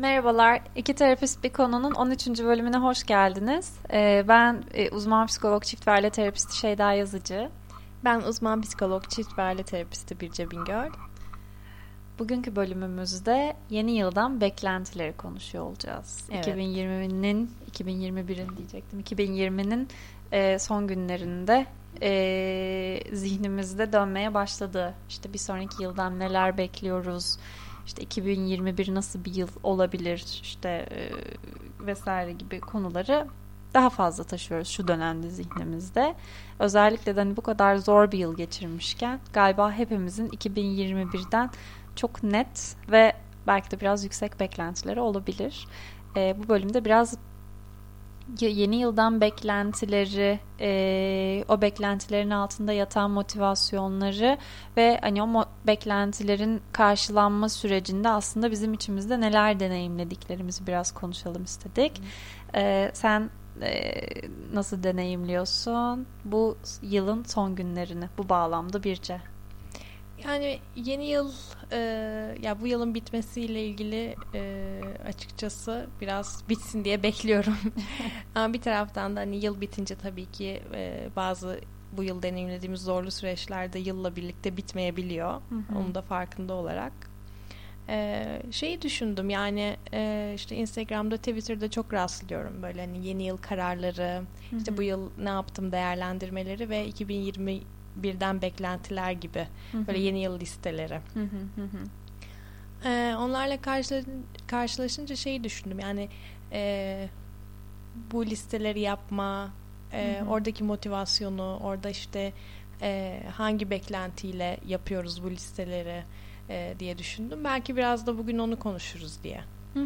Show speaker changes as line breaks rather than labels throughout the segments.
Merhabalar, İki Terapist Bir Konu'nun 13. bölümüne hoş geldiniz. Ben uzman psikolog çift ve aile terapisti Şeyda Yazıcı.
Ben uzman psikolog çift ve aile terapisti Birce Bingöl.
Bugünkü bölümümüzde yeni yıldan beklentileri konuşuyor olacağız.
Evet.
2020'nin 2020'nin son günlerinde zihnimizde dönmeye başladı. İşte bir sonraki yıldan neler bekliyoruz? İşte 2021 nasıl bir yıl olabilir? İşte vesaire gibi konuları daha fazla taşıyoruz şu dönemde zihnimizde. Özellikle de hani bu kadar zor bir yıl geçirmişken galiba hepimizin 2021'den çok net ve belki de biraz yüksek beklentileri olabilir. Bu bölümde biraz yeni yıldan beklentileri, o beklentilerin altında yatan motivasyonları ve hani o beklentilerin karşılanma sürecinde aslında bizim içimizde neler deneyimlediklerimizi biraz konuşalım istedik. Sen nasıl deneyimliyorsun bu yılın son günlerini bu bağlamda Birce?
Yani yeni yıl, ya bu yılın bitmesiyle ilgili açıkçası biraz bitsin diye bekliyorum. Ama bir taraftan da hani yıl bitince tabii ki bazı bu yıl deneyimlediğimiz zorlu süreçlerde yılla birlikte bitmeyebiliyor.
Hı.
Onun da farkında olarak. Şeyi düşündüm yani işte Instagram'da, Twitter'da çok rastlıyorum böyle hani yeni yıl kararları, işte bu yıl ne yaptım değerlendirmeleri ve 2021'den beklentiler gibi böyle yeni yıl listeleri. Onlarla karşılaşınca şeyi düşündüm yani bu listeleri yapma, oradaki motivasyonu, orada işte hangi beklentiyle yapıyoruz bu listeleri diye düşündüm. Belki biraz da bugün onu konuşuruz diye.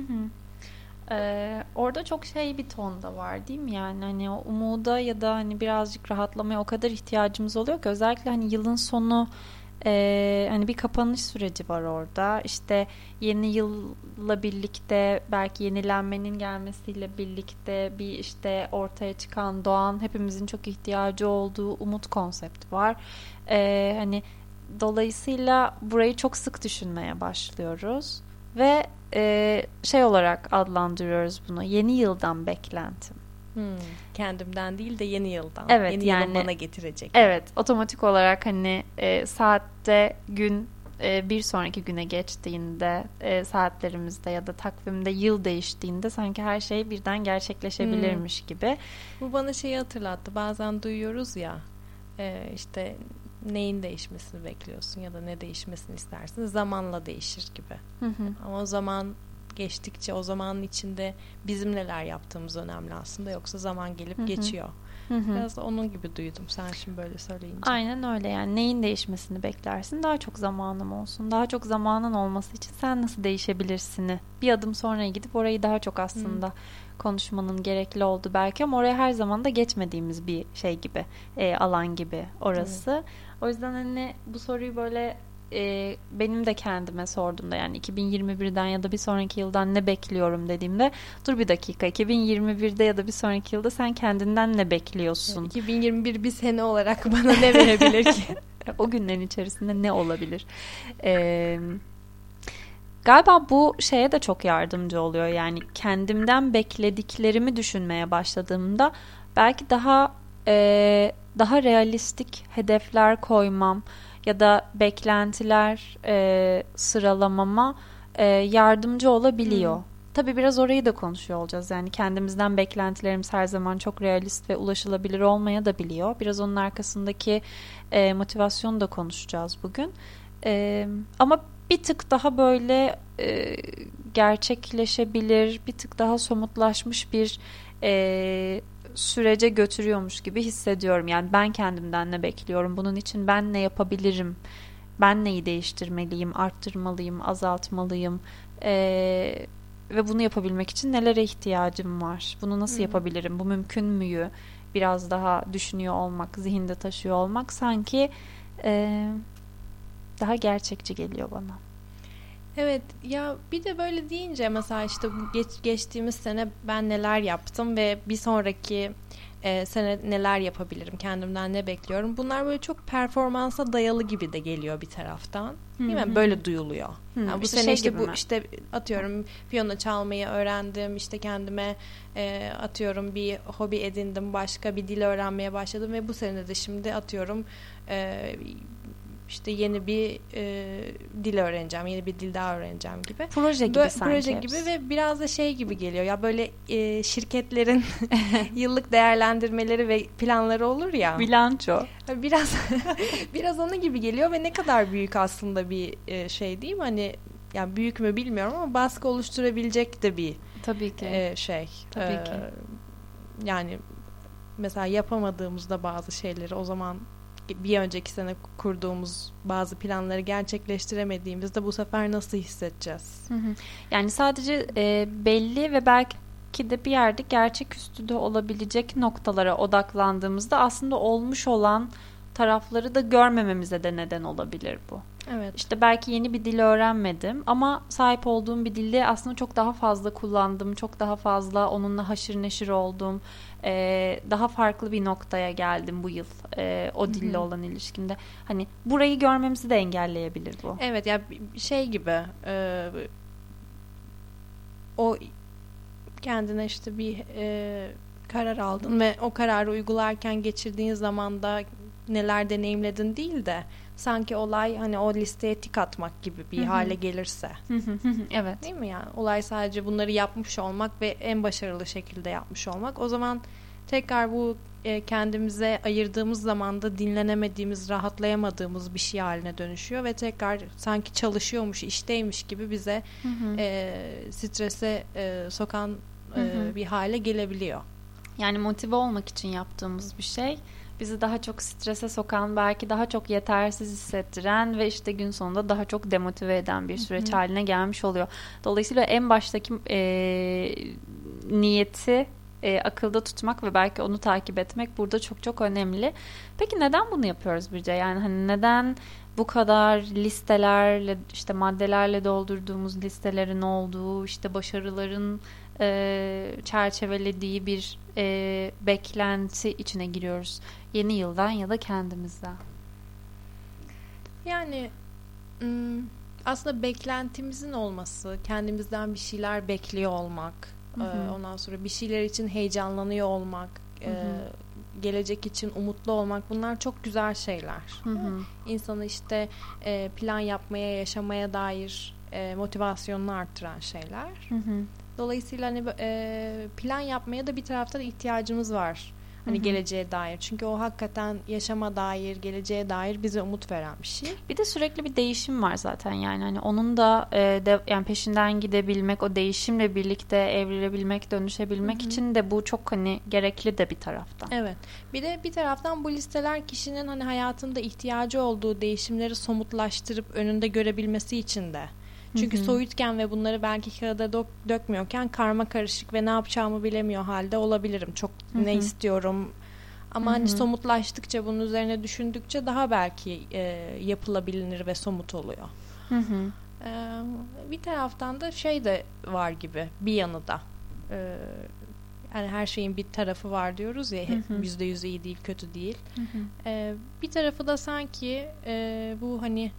Orada çok bir ton da var değil mi? Yani hani o umuda ya da hani birazcık rahatlamaya o kadar ihtiyacımız oluyor ki özellikle hani yılın sonu hani bir kapanış süreci var orada. İşte yeni yılla birlikte belki yenilenmenin gelmesiyle birlikte bir işte ortaya çıkan doğan hepimizin çok ihtiyacı olduğu umut konsepti var. Hani dolayısıyla burayı çok sık düşünmeye başlıyoruz ve olarak adlandırıyoruz bunu. Yeni yıldan beklentim.
Kendimden değil de yeni yıldan.
Evet,
yeni
yani,
yılın bana getirecek.
Evet, otomatik olarak hani saatte gün bir sonraki güne geçtiğinde saatlerimizde ya da takvimde yıl değiştiğinde sanki her şey birden gerçekleşebilirmiş gibi.
Bu bana şeyi hatırlattı. Bazen duyuyoruz ya işte neyin değişmesini bekliyorsun ya da ne değişmesini istersin. Zamanla değişir gibi. Ama o zaman geçtikçe o zamanın içinde bizim neler yaptığımız önemli aslında. Yoksa zaman gelip geçiyor. Biraz da onun gibi duydum sen şimdi böyle söyleyince.
Aynen öyle yani neyin değişmesini beklersin? Daha çok zamanım olsun. Daha çok zamanın olması için sen nasıl değişebilirsini bir adım sonraya gidip orayı daha çok aslında konuşmanın gerekli oldu belki ama oraya her zaman da geçmediğimiz bir şey gibi alan gibi orası. O yüzden hani bu soruyu böyle benim de kendime sorduğumda yani 2021'den ya da bir sonraki yıldan ne bekliyorum dediğimde dur bir dakika 2021'de ya da bir sonraki yılda sen kendinden ne bekliyorsun?
2021 bir sene olarak bana ne verebilir ki?
O günlerin içerisinde ne olabilir? Galiba bu şeye de çok yardımcı oluyor yani kendimden beklediklerimi düşünmeye başladığımda belki daha realistik hedefler koymam ya da beklentiler sıralamama yardımcı olabiliyor. Tabii biraz orayı da konuşuyor olacağız. Yani kendimizden beklentilerimiz her zaman çok realist ve ulaşılabilir olmaya da biliyor. Biraz onun arkasındaki motivasyonu da konuşacağız bugün. Ama bir tık daha böyle gerçekleşebilir, bir tık daha somutlaşmış bir sürece götürüyormuş gibi hissediyorum. Yani ben kendimden ne bekliyorum? Bunun için ben ne yapabilirim? Ben neyi değiştirmeliyim, arttırmalıyım, azaltmalıyım? Ve bunu yapabilmek için nelere ihtiyacım var? Bunu nasıl yapabilirim? Bu mümkün müyü? Biraz daha düşünüyor olmak, zihinde taşıyor olmak sanki daha gerçekçi geliyor bana.
Evet ya, bir de böyle deyince mesela işte geçtiğimiz sene ben neler yaptım ve bir sonraki sene neler yapabilirim, kendimden ne bekliyorum, bunlar böyle çok performansa dayalı gibi de geliyor bir taraftan, değil mi? Böyle duyuluyor. Yani bu
İşte
sene işte bu
mi?
işte atıyorum piyano çalmayı öğrendim, işte kendime atıyorum bir hobi edindim, başka bir dil öğrenmeye başladım ve bu sene de şimdi atıyorum işte yeni bir dil öğreneceğim, yeni bir dil daha öğreneceğim gibi.
Proje gibi sanki.
Proje gibi ve biraz da şey gibi geliyor. Ya böyle şirketlerin yıllık değerlendirmeleri ve planları olur ya.
Bilanço.
Biraz onun gibi geliyor ve ne kadar büyük aslında bir şey değil mi? Hani yani büyük mü bilmiyorum ama baskı oluşturabilecek de bir
tabii ki.
Şey.
Tabii ki.
Yani mesela yapamadığımızda bazı şeyleri, o zaman bir önceki sene kurduğumuz bazı planları gerçekleştiremediğimizde bu sefer nasıl hissedeceğiz?
Yani sadece belli ve belki de bir yerde gerçeküstü de olabilecek noktalara odaklandığımızda aslında olmuş olan tarafları da görmememize de neden olabilir bu.
Evet.
İşte belki yeni bir dil öğrenmedim ama sahip olduğum bir dilde aslında çok daha fazla kullandım, çok daha fazla onunla haşır neşir oldum, daha farklı bir noktaya geldim bu yıl o dille olan ilişkimde. Hani burayı görmemizi de engelleyebilir bu.
Evet ya, şey gibi o kendine işte bir karar aldın ve o kararı uygularken geçirdiğin zamanda neler deneyimledin değil de sanki olay hani o listeye tik atmak gibi bir hale gelirse.
Evet.
Değil mi yani? Olay sadece bunları yapmış olmak ve en başarılı şekilde yapmış olmak. O zaman tekrar bu kendimize ayırdığımız zamanda dinlenemediğimiz, rahatlayamadığımız bir şey haline dönüşüyor ve tekrar sanki çalışıyormuş, işteymiş gibi bize strese sokan bir hale gelebiliyor.
Yani motive olmak için yaptığımız bir şey bizi daha çok strese sokan, belki daha çok yetersiz hissettiren ve işte gün sonunda daha çok demotive eden bir süreç haline gelmiş oluyor. Dolayısıyla en baştaki niyeti akılda tutmak ve belki onu takip etmek burada çok çok önemli. Peki neden bunu yapıyoruz Birce? Yani hani neden bu kadar listelerle, işte maddelerle doldurduğumuz listelerin olduğu, işte başarıların çerçevelediği bir beklenti içine giriyoruz yeni yıldan ya da kendimizden?
Yani aslında beklentimizin olması, kendimizden bir şeyler bekliyor olmak, ondan sonra bir şeyler için heyecanlanıyor olmak, gelecek için umutlu olmak, bunlar çok güzel şeyler. İnsanı işte plan yapmaya, yaşamaya dair motivasyonunu arttıran şeyler. Dolayısıyla hani plan yapmaya da bir taraftan ihtiyacımız var. Hani geleceğe dair. Çünkü o hakikaten yaşama dair, geleceğe dair bize umut veren bir şey.
Bir de sürekli bir değişim var zaten, yani hani onun da yani peşinden gidebilmek, o değişimle birlikte evrilebilmek, dönüşebilmek için de bu çok hani gerekli de bir taraftan.
Evet. Bir de bir taraftan bu listeler kişinin hani hayatında ihtiyacı olduğu değişimleri somutlaştırıp önünde görebilmesi için de. Çünkü soyutken ve bunları belki kağıda dökmüyorken karma karışık ve ne yapacağımı bilemiyor halde olabilirim. Çok ne istiyorum ama hani somutlaştıkça, bunun üzerine düşündükçe daha belki yapılabilir ve somut oluyor. Bir taraftan da şey de var gibi bir yanı da. Yani her şeyin bir tarafı var diyoruz ya, %100 iyi değil, kötü değil. Bir tarafı da sanki bu hani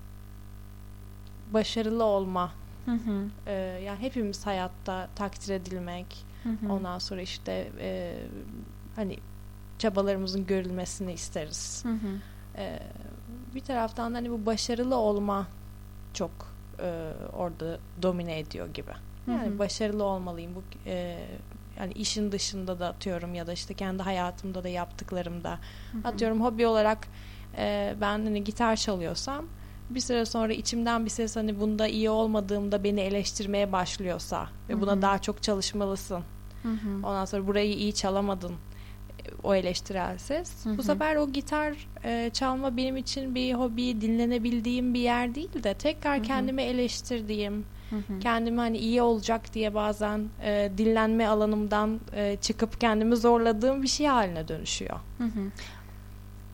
başarılı olma, yani hepimiz hayatta takdir edilmek, ondan sonra işte hani çabalarımızın görülmesini isteriz. Bir taraftan da hani bu başarılı olma çok orada domine ediyor gibi. Yani başarılı olmalıyım. Bu yani işin dışında da atıyorum ya da işte kendi hayatımda da yaptıklarımda atıyorum hobi olarak ben hani gitar çalıyorsam bir süre sonra içimden bir ses hani bunda iyi olmadığımda beni eleştirmeye başlıyorsa ve buna daha çok çalışmalısın. Ondan sonra burayı iyi çalamadın, o eleştirel ses. Bu sefer o gitar çalma benim için bir hobi, dinlenebildiğim bir yer değil de tekrar kendimi eleştirdiğim, kendimi hani iyi olacak diye bazen dinlenme alanımdan çıkıp kendimi zorladığım bir şey haline dönüşüyor.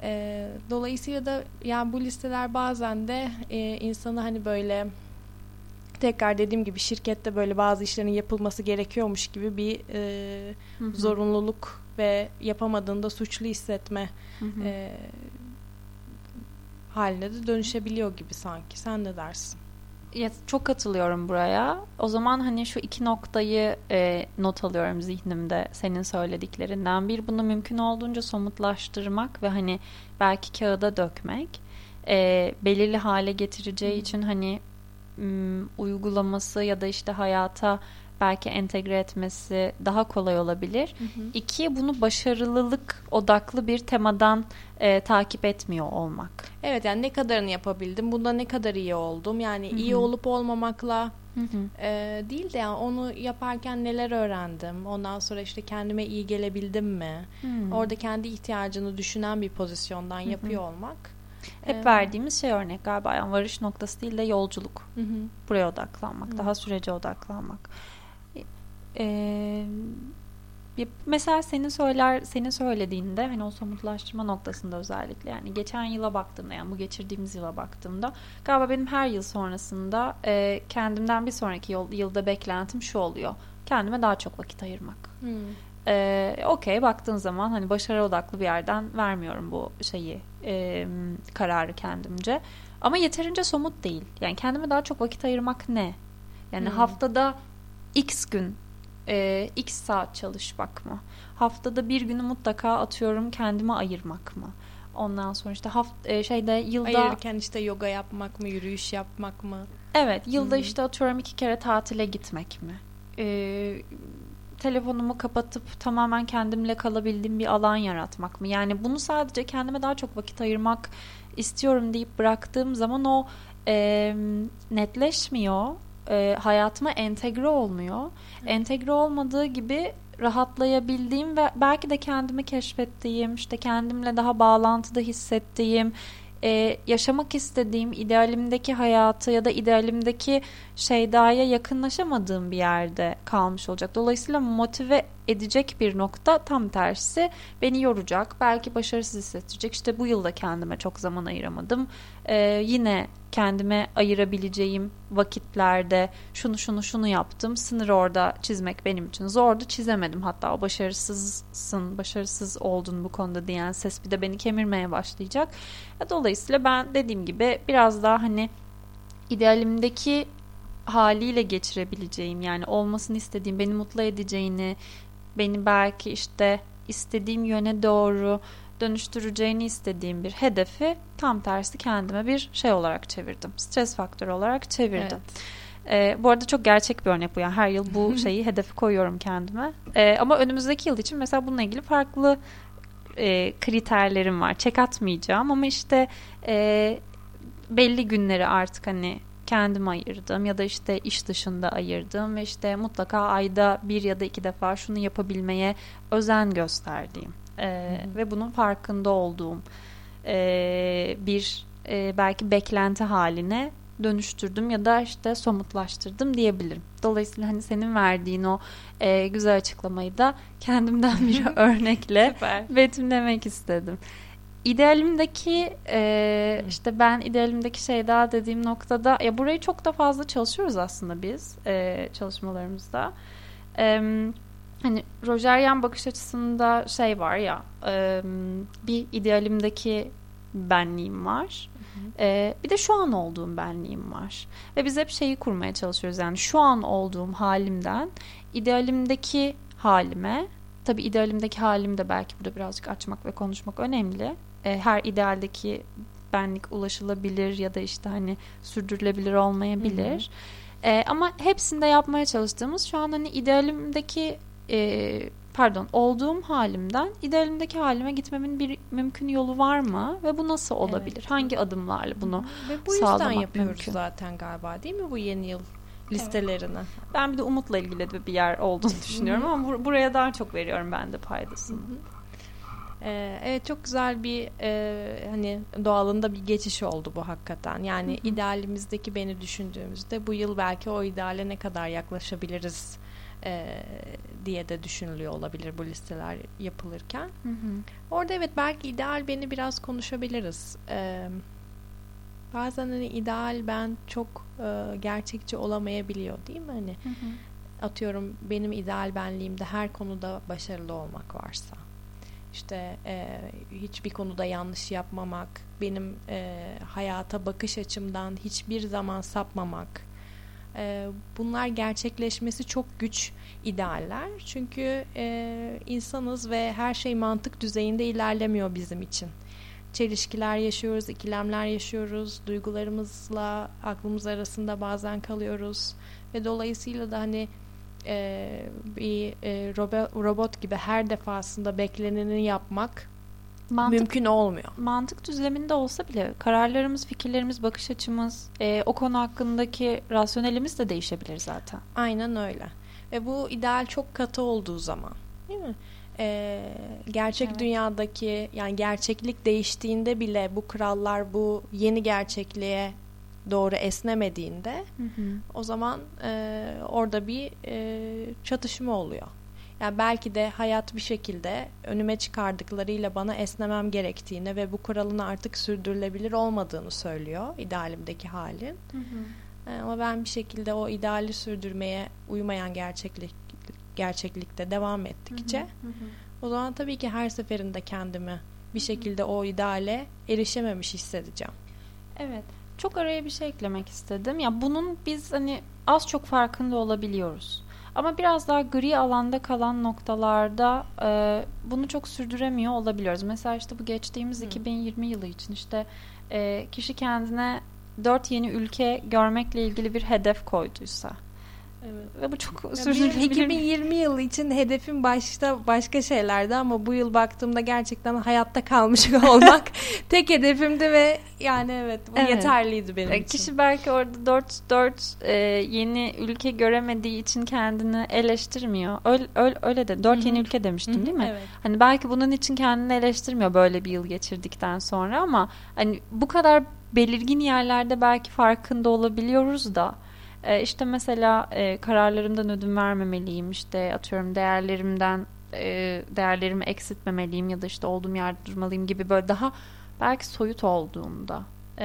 Dolayısıyla da yani bu listeler bazen de insanı hani böyle tekrar dediğim gibi şirkette böyle bazı işlerin yapılması gerekiyormuş gibi bir zorunluluk ve yapamadığında suçlu hissetme haline de dönüşebiliyor gibi sanki. Sen ne dersin?
Ya, çok katılıyorum buraya. O zaman hani şu iki noktayı not alıyorum zihnimde senin söylediklerinden. Bir, bunu mümkün olduğunca somutlaştırmak ve hani belki kağıda dökmek. Belirli hale getireceği için hani uygulaması ya da işte hayata belki entegre etmesi daha kolay olabilir. İki, bunu başarılılık odaklı bir temadan takip etmiyor olmak.
Evet, yani ne kadarını yapabildim, bunda ne kadar iyi oldum, yani iyi olup olmamakla değil de yani onu yaparken neler öğrendim, ondan sonra işte kendime iyi gelebildim mi, orada kendi ihtiyacını düşünen bir pozisyondan yapıyor olmak.
Hep verdiğimiz şey örnek galiba, yani varış noktası değil de yolculuk. Buraya odaklanmak, daha sürece odaklanmak. Mesela senin söylediğinde hani o somutlaştırma noktasında özellikle, yani geçen yıla baktığımda, yani bu geçirdiğimiz yıla baktığımda galiba benim her yıl sonrasında kendimden bir sonraki yılda beklentim şu oluyor: kendime daha çok vakit ayırmak. Okey, baktığın zaman hani başarı odaklı bir yerden vermiyorum bu şeyi, kararı kendimce, ama yeterince somut değil. Yani kendime daha çok vakit ayırmak ne? Yani haftada X gün X saat çalışmak mı? Haftada bir günü mutlaka atıyorum kendime ayırmak mı? Ondan sonra işte yılda
ayırırken işte yoga yapmak mı, yürüyüş yapmak mı?
Evet, yılda işte atıyorum 2 kere tatile gitmek mi? Telefonumu kapatıp tamamen kendimle kalabildiğim bir alan yaratmak mı? Yani bunu sadece kendime daha çok vakit ayırmak istiyorum deyip bıraktığım zaman o netleşmiyor. Hayatıma entegre olmuyor. Entegre olmadığı gibi rahatlayabildiğim ve belki de kendimi keşfettiğim, işte kendimle daha bağlantıda hissettiğim, yaşamak istediğim idealimdeki hayatı ya da idealimdeki Şeyda'ya yakınlaşamadığım bir yerde kalmış olacak. Dolayısıyla motive edecek bir nokta tam tersi beni yoracak. Belki başarısız hissettirecek. İşte bu yılda kendime çok zaman ayıramadım. Yine kendime ayırabileceğim vakitlerde şunu yaptım. Sınır orada çizmek benim için zordu. Çizemedim. Hatta o başarısız oldun bu konuda diyen ses bir de beni kemirmeye başlayacak. Dolayısıyla ben dediğim gibi biraz daha hani idealimdeki haliyle geçirebileceğim, yani olmasını istediğim, beni mutlu edeceğini, beni belki işte istediğim yöne doğru dönüştüreceğini istediğim bir hedefi tam tersi kendime bir şey olarak çevirdim. Stres faktörü olarak çevirdim. Evet. Bu arada çok gerçek bir örnek bu. Yani her yıl bu şeyi hedefi koyuyorum kendime. Ama önümüzdeki yıl için mesela bununla ilgili farklı kriterlerim var. Çek atmayacağım ama işte belli günleri artık hani kendime ayırdım ya da işte iş dışında ayırdım ve işte mutlaka ayda 1 ya da 2 defa şunu yapabilmeye özen gösterdiğim ve bunun farkında olduğum bir belki beklenti haline dönüştürdüm ya da işte somutlaştırdım diyebilirim. Dolayısıyla hani senin verdiğin o güzel açıklamayı da kendimden bir örnekle betimlemek istedim. İdealimdeki işte ben idealimdeki Şeyda dediğim noktada, ya burayı çok da fazla çalışıyoruz aslında biz çalışmalarımızda. Hani Rogerian bakış açısında şey var ya, bir idealimdeki benliğim var. Bir de şu an olduğum benliğim var. Ve biz hep şeyi kurmaya çalışıyoruz, yani şu an olduğum halimden idealimdeki halime, tabii idealimdeki halim de belki burada birazcık açmak ve konuşmak önemli. Her idealdeki benlik ulaşılabilir ya da işte hani sürdürülebilir olmayabilir. Ama hepsinde yapmaya çalıştığımız şu an hani idealimdeki olduğum halimden idealimdeki halime gitmemin bir mümkün yolu var mı? Ve bu nasıl olabilir? Evet. Hangi adımlarla bunu
ve bu yüzden
sağlamak
yapıyoruz
mümkün?
Zaten galiba, değil mi bu yeni yıl listelerini?
Evet. Ben bir de umutla ilgili de bir yer olduğunu düşünüyorum ama buraya daha çok veriyorum ben de paydasını.
Evet, çok güzel bir hani doğalında bir geçiş oldu bu hakikaten. Yani idealimizdeki beni düşündüğümüzde bu yıl belki o ideale ne kadar yaklaşabiliriz diye de düşünülüyor olabilir bu listeler yapılırken. Orada evet belki ideal beni biraz konuşabiliriz. Bazen hani ideal ben çok gerçekçi olamayabiliyor değil mi? Hani atıyorum benim ideal benliğimde her konuda başarılı olmak varsa, işte hiçbir konuda yanlış yapmamak, benim hayata bakış açımdan hiçbir zaman sapmamak, bunlar gerçekleşmesi çok güç idealler. Çünkü insanız ve her şey mantık düzeyinde ilerlemiyor bizim için. Çelişkiler yaşıyoruz, ikilemler yaşıyoruz, duygularımızla aklımız arasında bazen kalıyoruz ve dolayısıyla da hani bir robot gibi her defasında bekleneni yapmak mümkün olmuyor.
Mantık düzleminde olsa bile kararlarımız, fikirlerimiz, bakış açımız, o konu hakkındaki rasyonelimiz de değişebilir zaten.
Aynen öyle. Ve bu ideal çok katı olduğu zaman, değil mi? Gerçek dünyadaki, yani gerçeklik değiştiğinde bile bu kurallar bu yeni gerçekliğe doğru esnemediğinde o zaman orada bir çatışma oluyor. Yani belki de hayat bir şekilde önüme çıkardıklarıyla bana esnemem gerektiğini ve bu kuralın artık sürdürülebilir olmadığını söylüyor idealimdeki halin. Ama ben bir şekilde o ideali sürdürmeye uymayan gerçeklikte devam ettikçe o zaman tabii ki her seferinde kendimi bir şekilde o ideale erişememiş hissedeceğim.
Evet. Çok araya bir şey eklemek istedim. Ya bunun biz hani az çok farkında olabiliyoruz. Ama biraz daha gri alanda kalan noktalarda bunu çok sürdüremiyor olabiliyoruz. Mesela işte bu geçtiğimiz 2020 yılı için işte kişi kendine 4 yeni ülke görmekle ilgili bir hedef koyduysa. Evet. Ve bu çok sürdürülebilir.
2020 yılı için hedefim başka şeylerdi ama bu yıl baktığımda gerçekten hayatta kalmış olmak tek hedefimdi ve yani evet bu yeterliydi benim için.
Kişi belki orada 4 yeni ülke göremediği için kendini eleştirmiyor. Öyle de 4 yeni ülke demiştim değil mi?
Evet.
Hani belki bunun için kendini eleştirmiyor böyle bir yıl geçirdikten sonra ama hani bu kadar belirgin yerlerde belki farkında olabiliyoruz da işte mesela kararlarımdan ödün vermemeliyim, işte atıyorum değerlerimi eksiltmemeliyim ya da işte olduğum yerde durmalıyım gibi böyle daha belki soyut olduğunda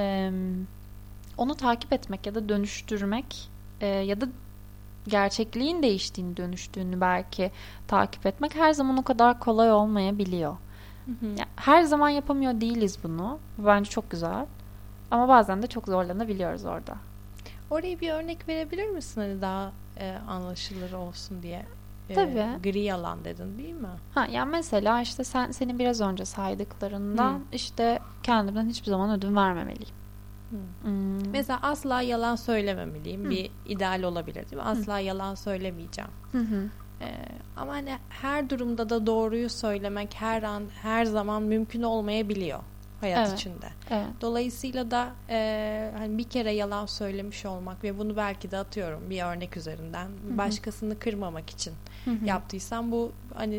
onu takip etmek ya da dönüştürmek ya da gerçekliğin değiştiğini, dönüştüğünü belki takip etmek her zaman o kadar kolay olmayabiliyor. Yani her zaman yapamıyor değiliz bunu. Bence çok güzel. Ama bazen de çok zorlanabiliyoruz orada.
Oraya bir örnek verebilir misin hani daha anlaşılır olsun diye?
Tabii.
Gri alan dedin değil mi?
Yani mesela işte senin biraz önce saydıklarından işte kendimden hiçbir zaman ödün vermemeliyim.
Mesela asla yalan söylememeliyim. Bir ideal olabilir değil mi? Asla yalan söylemeyeceğim. Ama hani her durumda da doğruyu söylemek her an her zaman mümkün olmayabiliyor hayat içinde.
Evet.
Dolayısıyla da hani bir kere yalan söylemiş olmak ve bunu belki de atıyorum bir örnek üzerinden başkasını kırmamak için yaptıysam bu hani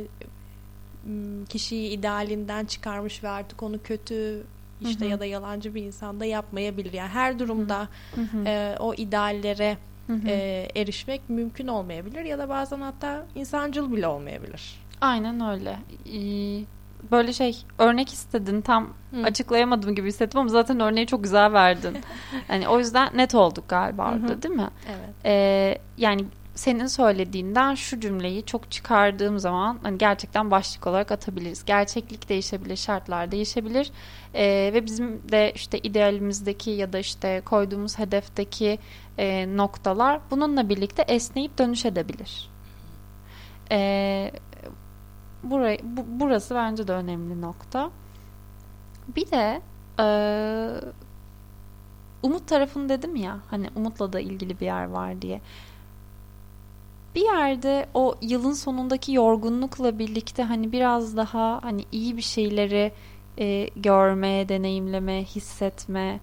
kişiyi idealinden çıkarmış ve artık onu kötü işte ya da yalancı bir insan da yapmayabilir. Yani her durumda o ideallere erişmek mümkün olmayabilir ya da bazen hatta insancıl bile olmayabilir.
Aynen öyle. Böyle örnek istedin, tam açıklayamadım gibi hissettim ama zaten örneği çok güzel verdin. Yani o yüzden net olduk galiba orada, değil mi?
Evet.
Yani senin söylediğinden şu cümleyi çok çıkardığım zaman hani gerçekten başlık olarak atabiliriz. Gerçeklik değişebilir, şartlar değişebilir ve bizim de işte idealimizdeki ya da işte koyduğumuz hedefteki noktalar bununla birlikte esneyip dönüşebilir. Burası bence de önemli nokta. Bir de umut tarafını dedim ya, hani umutla da ilgili bir yer var diye. Bir yerde o yılın sonundaki yorgunlukla birlikte hani biraz daha hani iyi bir şeyleri görme, deneyimleme, hissetme,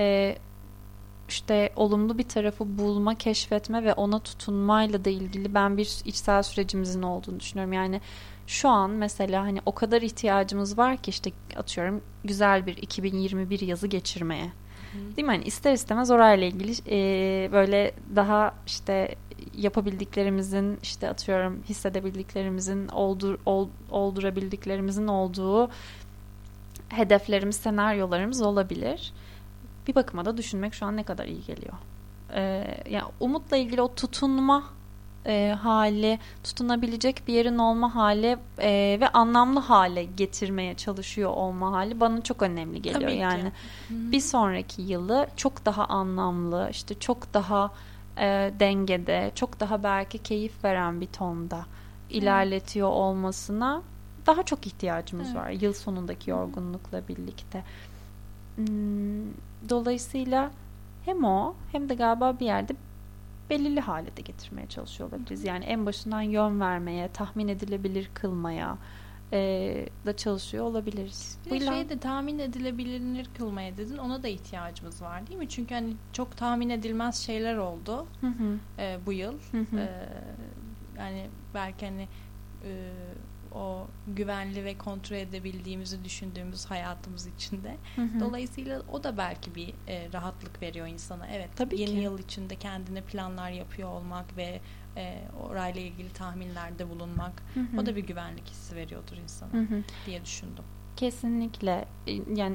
işte olumlu bir tarafı bulma, keşfetme ve ona tutunmayla da ilgili ben bir içsel sürecimizin olduğunu düşünüyorum. Yani şu an mesela hani o kadar ihtiyacımız var ki işte atıyorum güzel bir 2021 yazı geçirmeye. Değil mi? Hani ister istemez orayla ilgili böyle daha işte yapabildiklerimizin, işte atıyorum hissedebildiklerimizin, oldurabildiklerimizin olduğu hedeflerimiz, senaryolarımız olabilir. bir bakıma da düşünmek şu an ne kadar iyi geliyor. Yani umutla ilgili o tutunma hali, tutunabilecek bir yerin olma hali ve anlamlı hale getirmeye çalışıyor olma hali bana çok önemli geliyor.
Tabii
yani
ki.
bir sonraki yılı çok daha anlamlı, işte çok daha dengede, çok daha belki keyif veren bir tonda ilerletiyor olmasına daha çok ihtiyacımız var yıl sonundaki yorgunlukla birlikte. Dolayısıyla hem o hem de galiba bir yerde belirli hale de getirmeye çalışıyor olabiliriz. Yani en başından yön vermeye, tahmin edilebilir kılmaya da çalışıyor olabiliriz.
Bir şey de tahmin edilebilir kılmaya dedin. Ona da ihtiyacımız var değil mi? Çünkü hani çok tahmin edilmez şeyler oldu bu yıl. Yani belki hani o güvenli ve kontrol edebildiğimizi düşündüğümüz hayatımız içinde. Dolayısıyla o da belki bir rahatlık veriyor insana. Evet, tabii yeni yıl içinde kendine planlar yapıyor olmak ve orayla ilgili tahminlerde bulunmak o da bir güvenlik hissi veriyordur insana diye düşündüm.
Kesinlikle. Yani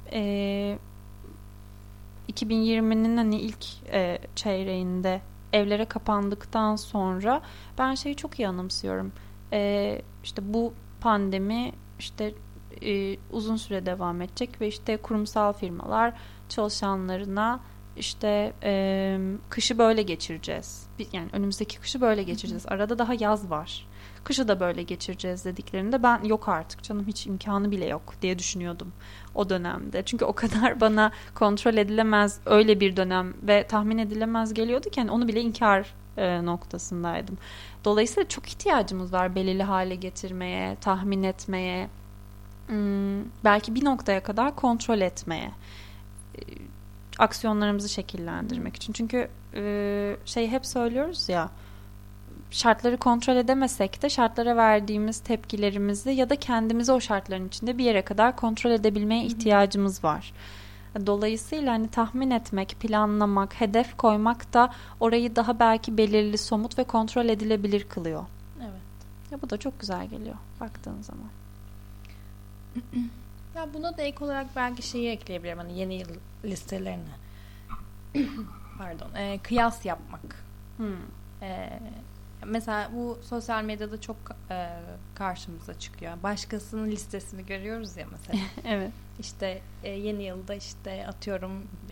2020'nin hani ilk çeyreğinde evlere kapandıktan sonra ben şeyi çok iyi anımsıyorum. İşte bu pandemi işte uzun süre devam edecek ve işte kurumsal firmalar çalışanlarına işte kışı böyle geçireceğiz. Yani önümüzdeki kışı böyle geçireceğiz. Arada daha yaz var. Kışı da böyle geçireceğiz dediklerinde ben yok artık canım hiç imkanı bile yok diye düşünüyordum o dönemde. Çünkü o kadar bana kontrol edilemez öyle bir dönem ve tahmin edilemez geliyordu ki yani onu bile inkar noktasındaydım. Dolayısıyla çok ihtiyacımız var belirli hale getirmeye, tahmin etmeye, belki bir noktaya kadar kontrol etmeye, aksiyonlarımızı şekillendirmek için. Çünkü şey hep söylüyoruz ya, şartları kontrol edemesek de şartlara verdiğimiz tepkilerimizi ya da kendimizi o şartların içinde bir yere kadar kontrol edebilmeye ihtiyacımız var. Dolayısıyla hani tahmin etmek, planlamak, hedef koymak da orayı daha belki belirli, somut ve kontrol edilebilir kılıyor.
Evet.
Ya bu da çok güzel geliyor baktığın zaman.
Ya buna da ek olarak belki şeyi ekleyebilirim hani yeni yıl listelerine. Pardon. Kıyas yapmak. Mesela bu sosyal medyada çok karşımıza çıkıyor. Başkasının listesini görüyoruz ya mesela.
Evet.
İşte yeni yılda işte atıyorum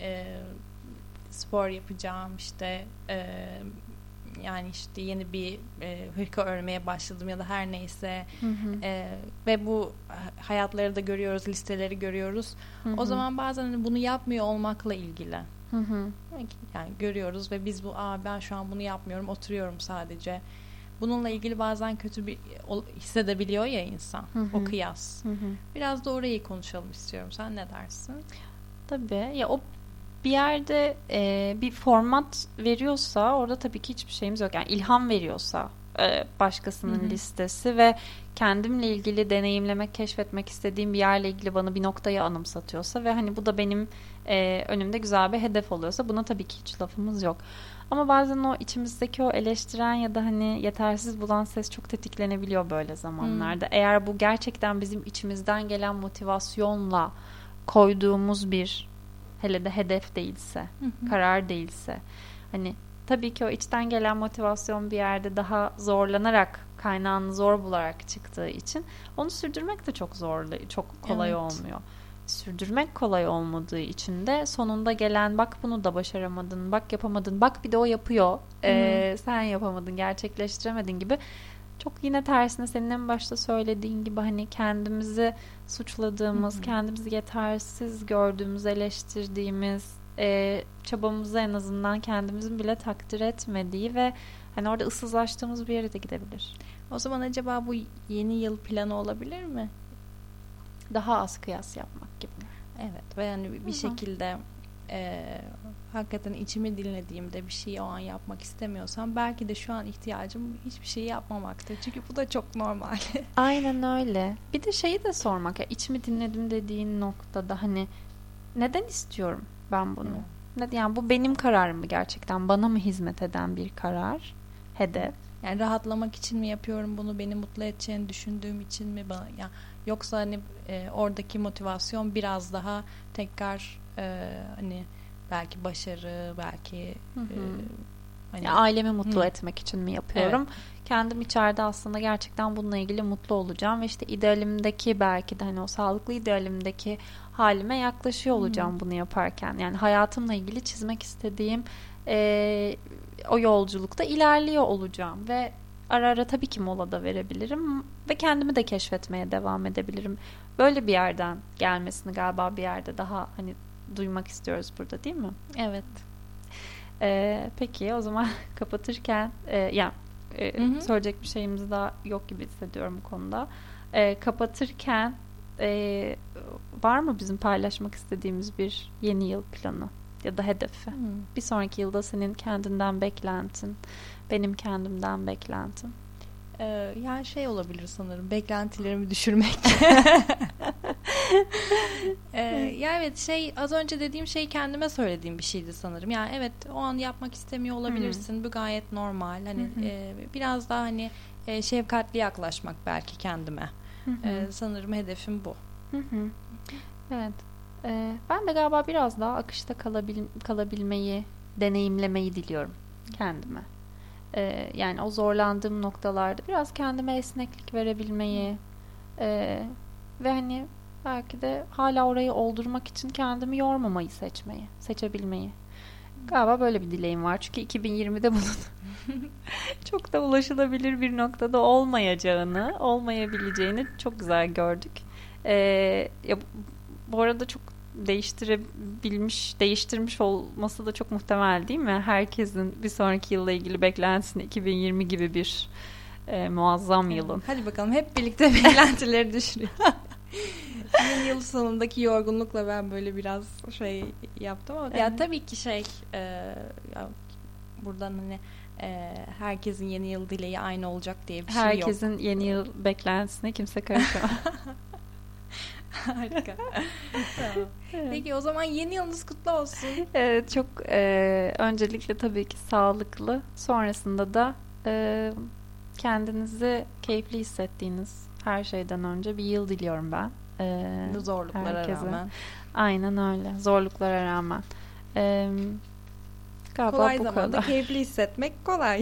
spor yapacağım işte yani işte yeni bir hırka örmeye başladım ya da her neyse ve bu hayatları da görüyoruz, listeleri görüyoruz. O zaman bazen hani bunu yapmıyor olmakla ilgili. Yani görüyoruz ve biz ben şu an bunu yapmıyorum, oturuyorum sadece. Bununla ilgili bazen kötü bir hissedebiliyor ya insan. O kıyas. Biraz da orayı konuşalım istiyorum. Sen ne dersin?
Tabii. Ya o bir yerde bir format veriyorsa orada tabii ki hiçbir şeyimiz yok. Yani ilham veriyorsa başkasının listesi ve kendimle ilgili deneyimlemek, keşfetmek istediğim bir yerle ilgili bana bir noktayı anımsatıyorsa ve hani bu da benim önümde güzel bir hedef oluyorsa buna tabii ki hiç lafımız yok. Ama bazen o içimizdeki o eleştiren ya da hani yetersiz bulan ses çok tetiklenebiliyor böyle zamanlarda. Eğer bu gerçekten bizim içimizden gelen motivasyonla koyduğumuz bir hele de hedef değilse, karar değilse hani tabii ki o içten gelen motivasyon bir yerde daha zorlanarak, kaynağını zor bularak çıktığı için onu sürdürmek de çok kolay olmuyor. Sürdürmek kolay olmadığı için de sonunda gelen bak bunu da başaramadın, bak yapamadın, bak bir de o yapıyor, sen yapamadın, gerçekleştiremedin gibi çok yine tersine senin en başta söylediğin gibi hani kendimizi suçladığımız, kendimizi yetersiz gördüğümüz, eleştirdiğimiz, çabamızı en azından kendimizin bile takdir etmediği ve hani orada ıssızlaştığımız bir yere de gidebilir.
O zaman acaba bu yeni yıl planı olabilir mi?
Daha az kıyas yapmak gibi.
Evet ve yani bir şekilde hakikaten içimi dinlediğimde bir şeyi o an yapmak istemiyorsam belki de şu an ihtiyacım hiçbir şeyi yapmamaktır. Çünkü bu da çok normal.
Aynen öyle. Bir de şeyi de sormak ya, içimi dinledim dediğin noktada hani neden istiyorum ben bunu? Yani bu benim kararım mı gerçekten? Bana mı hizmet eden bir karar? Hedef.
Yani rahatlamak için mi yapıyorum bunu? Beni mutlu edeceğini düşündüğüm için mi? Yoksa hani oradaki motivasyon biraz daha tekrar Hani belki başarı, belki
hani ailemi mutlu etmek için mi yapıyorum?
Evet.
Kendim içeride aslında gerçekten bununla ilgili mutlu olacağım ve işte idealimdeki, belki de hani o sağlıklı idealimdeki halime yaklaşıyor olacağım bunu yaparken. Yani hayatımla ilgili çizmek istediğim o yolculukta ilerliyor olacağım ve ara ara tabii ki mola da verebilirim ve kendimi de keşfetmeye devam edebilirim. Böyle bir yerden gelmesini galiba bir yerde daha hani duymak istiyoruz burada, değil mi?
Evet.
Peki o zaman kapatırken söyleyecek bir şeyimiz daha yok gibi hissediyorum bu konuda. Kapatırken var mı bizim paylaşmak istediğimiz bir yeni yıl planı ya da hedefi? Bir sonraki yılda senin kendinden beklentin, benim kendimden beklentim.
Yani şey olabilir sanırım, beklentilerimi düşürmek. Yani evet, az önce dediğim şey kendime söylediğim bir şeydi sanırım. Yani evet, o an yapmak istemiyor olabilirsin. Bu gayet normal. Hani biraz daha hani şefkatli yaklaşmak belki kendime. Sanırım hedefim bu.
Evet. Ben de galiba biraz daha akışta kalabilmeyi, deneyimlemeyi diliyorum kendime. Yani o zorlandığım noktalarda biraz kendime esneklik verebilmeyi ve hani belki de hala orayı oldurmak için kendimi yormamayı seçebilmeyi. Galiba böyle bir dileğim var. Çünkü 2020'de bunun çok da ulaşılabilir bir noktada olmayabileceğini çok güzel gördük. Ya bu arada çok değiştirmiş olması da çok muhtemel, değil mi? Herkesin bir sonraki yılla ilgili beklentisini 2020 gibi bir muazzam yılın.
Hadi bakalım, hep birlikte beklentileri düşürüyor. Yıl sonundaki yorgunlukla ben böyle biraz yaptım ama ya tabii ki ya buradan hani herkesin yeni yıl dileği aynı olacak diye bir şey yok.
Herkesin yeni yıl beklentisine kimse karışamaz.
Harika. Tamam. Peki o zaman yeni yılınız kutlu olsun.
Evet, çok öncelikle tabii ki sağlıklı, sonrasında da kendinizi keyifli hissettiğiniz her şeyden önce bir yıl diliyorum ben.
Zorluklara
herkese
rağmen.
Aynen öyle. Zorluklara rağmen. Galiba
kolay
bu
zamanda
kadar.
keyifli hissetmek kolay.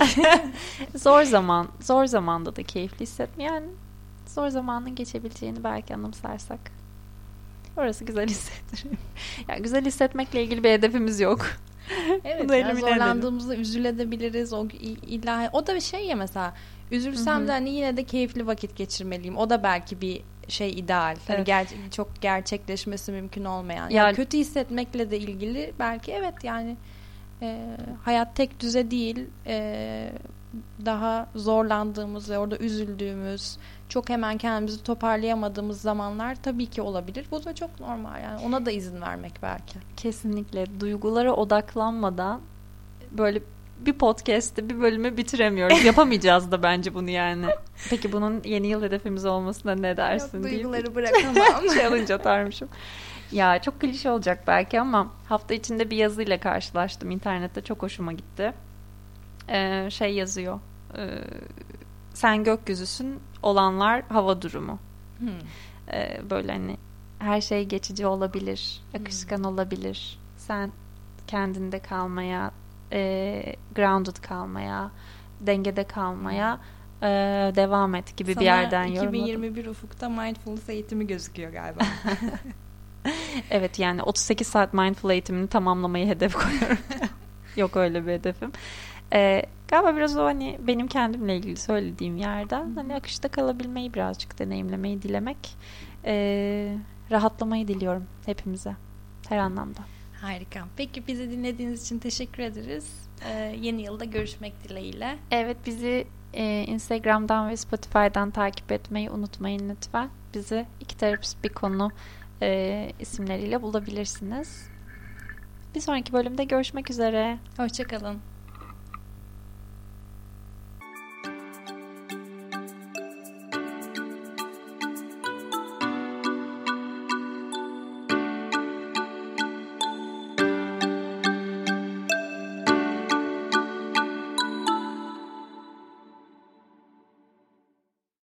Zor zamanda da keyifli hissetmek. Yani zor zamanın geçebileceğini belki anımsarsak. Orası güzel hissettiriyor. Yani güzel hissetmekle ilgili bir hedefimiz yok.
Evet, yani zorlandığımızda üzülebiliriz. O da bir şey ya, mesela üzülsem de hani yine de keyifli vakit geçirmeliyim. O da belki bir ideal.
Evet.
Hani çok gerçekleşmesi mümkün olmayan. Yani kötü hissetmekle de ilgili belki evet yani hayat tek düze değil. Daha zorlandığımız ve orada üzüldüğümüz, çok hemen kendimizi toparlayamadığımız zamanlar tabii ki olabilir. Bu da çok normal, yani ona da izin vermek belki.
Kesinlikle. Duygulara odaklanmadan böyle bir podcast'te bir bölümü bitiremiyoruz. Yapamayacağız da bence bunu yani. Peki bunun yeni yıl hedefimiz olmasına ne dersin?
Yok, duyguları bırakamam.
Challenge atarmışım. Ya çok klişe olacak belki ama hafta içinde bir yazıyla karşılaştım. İnternette çok hoşuma gitti. Yazıyor. Sen gökyüzüsün, olanlar hava durumu. Böyle hani her şey geçici olabilir, akışkan olabilir. Sen kendinde kalmaya, grounded kalmaya, dengede kalmaya devam et gibi bir yerden yorumladım.
2021 ufukta mindfulness eğitimi gözüküyor galiba.
Evet, yani 38 saat mindful eğitimini tamamlamayı hedef koyuyorum. Yok öyle bir hedefim. Galiba biraz o hani benim kendimle ilgili söylediğim yerden hani akışta kalabilmeyi, birazcık deneyimlemeyi dilemek, rahatlamayı diliyorum hepimize her anlamda.
Harika. Peki bizi dinlediğiniz için teşekkür ederiz. Yeni yılda görüşmek dileğiyle.
Evet, bizi Instagram'dan ve Spotify'dan takip etmeyi unutmayın lütfen. Bizi iki terapist bir konu isimleriyle bulabilirsiniz. Bir sonraki bölümde görüşmek üzere.
Hoşça kalın.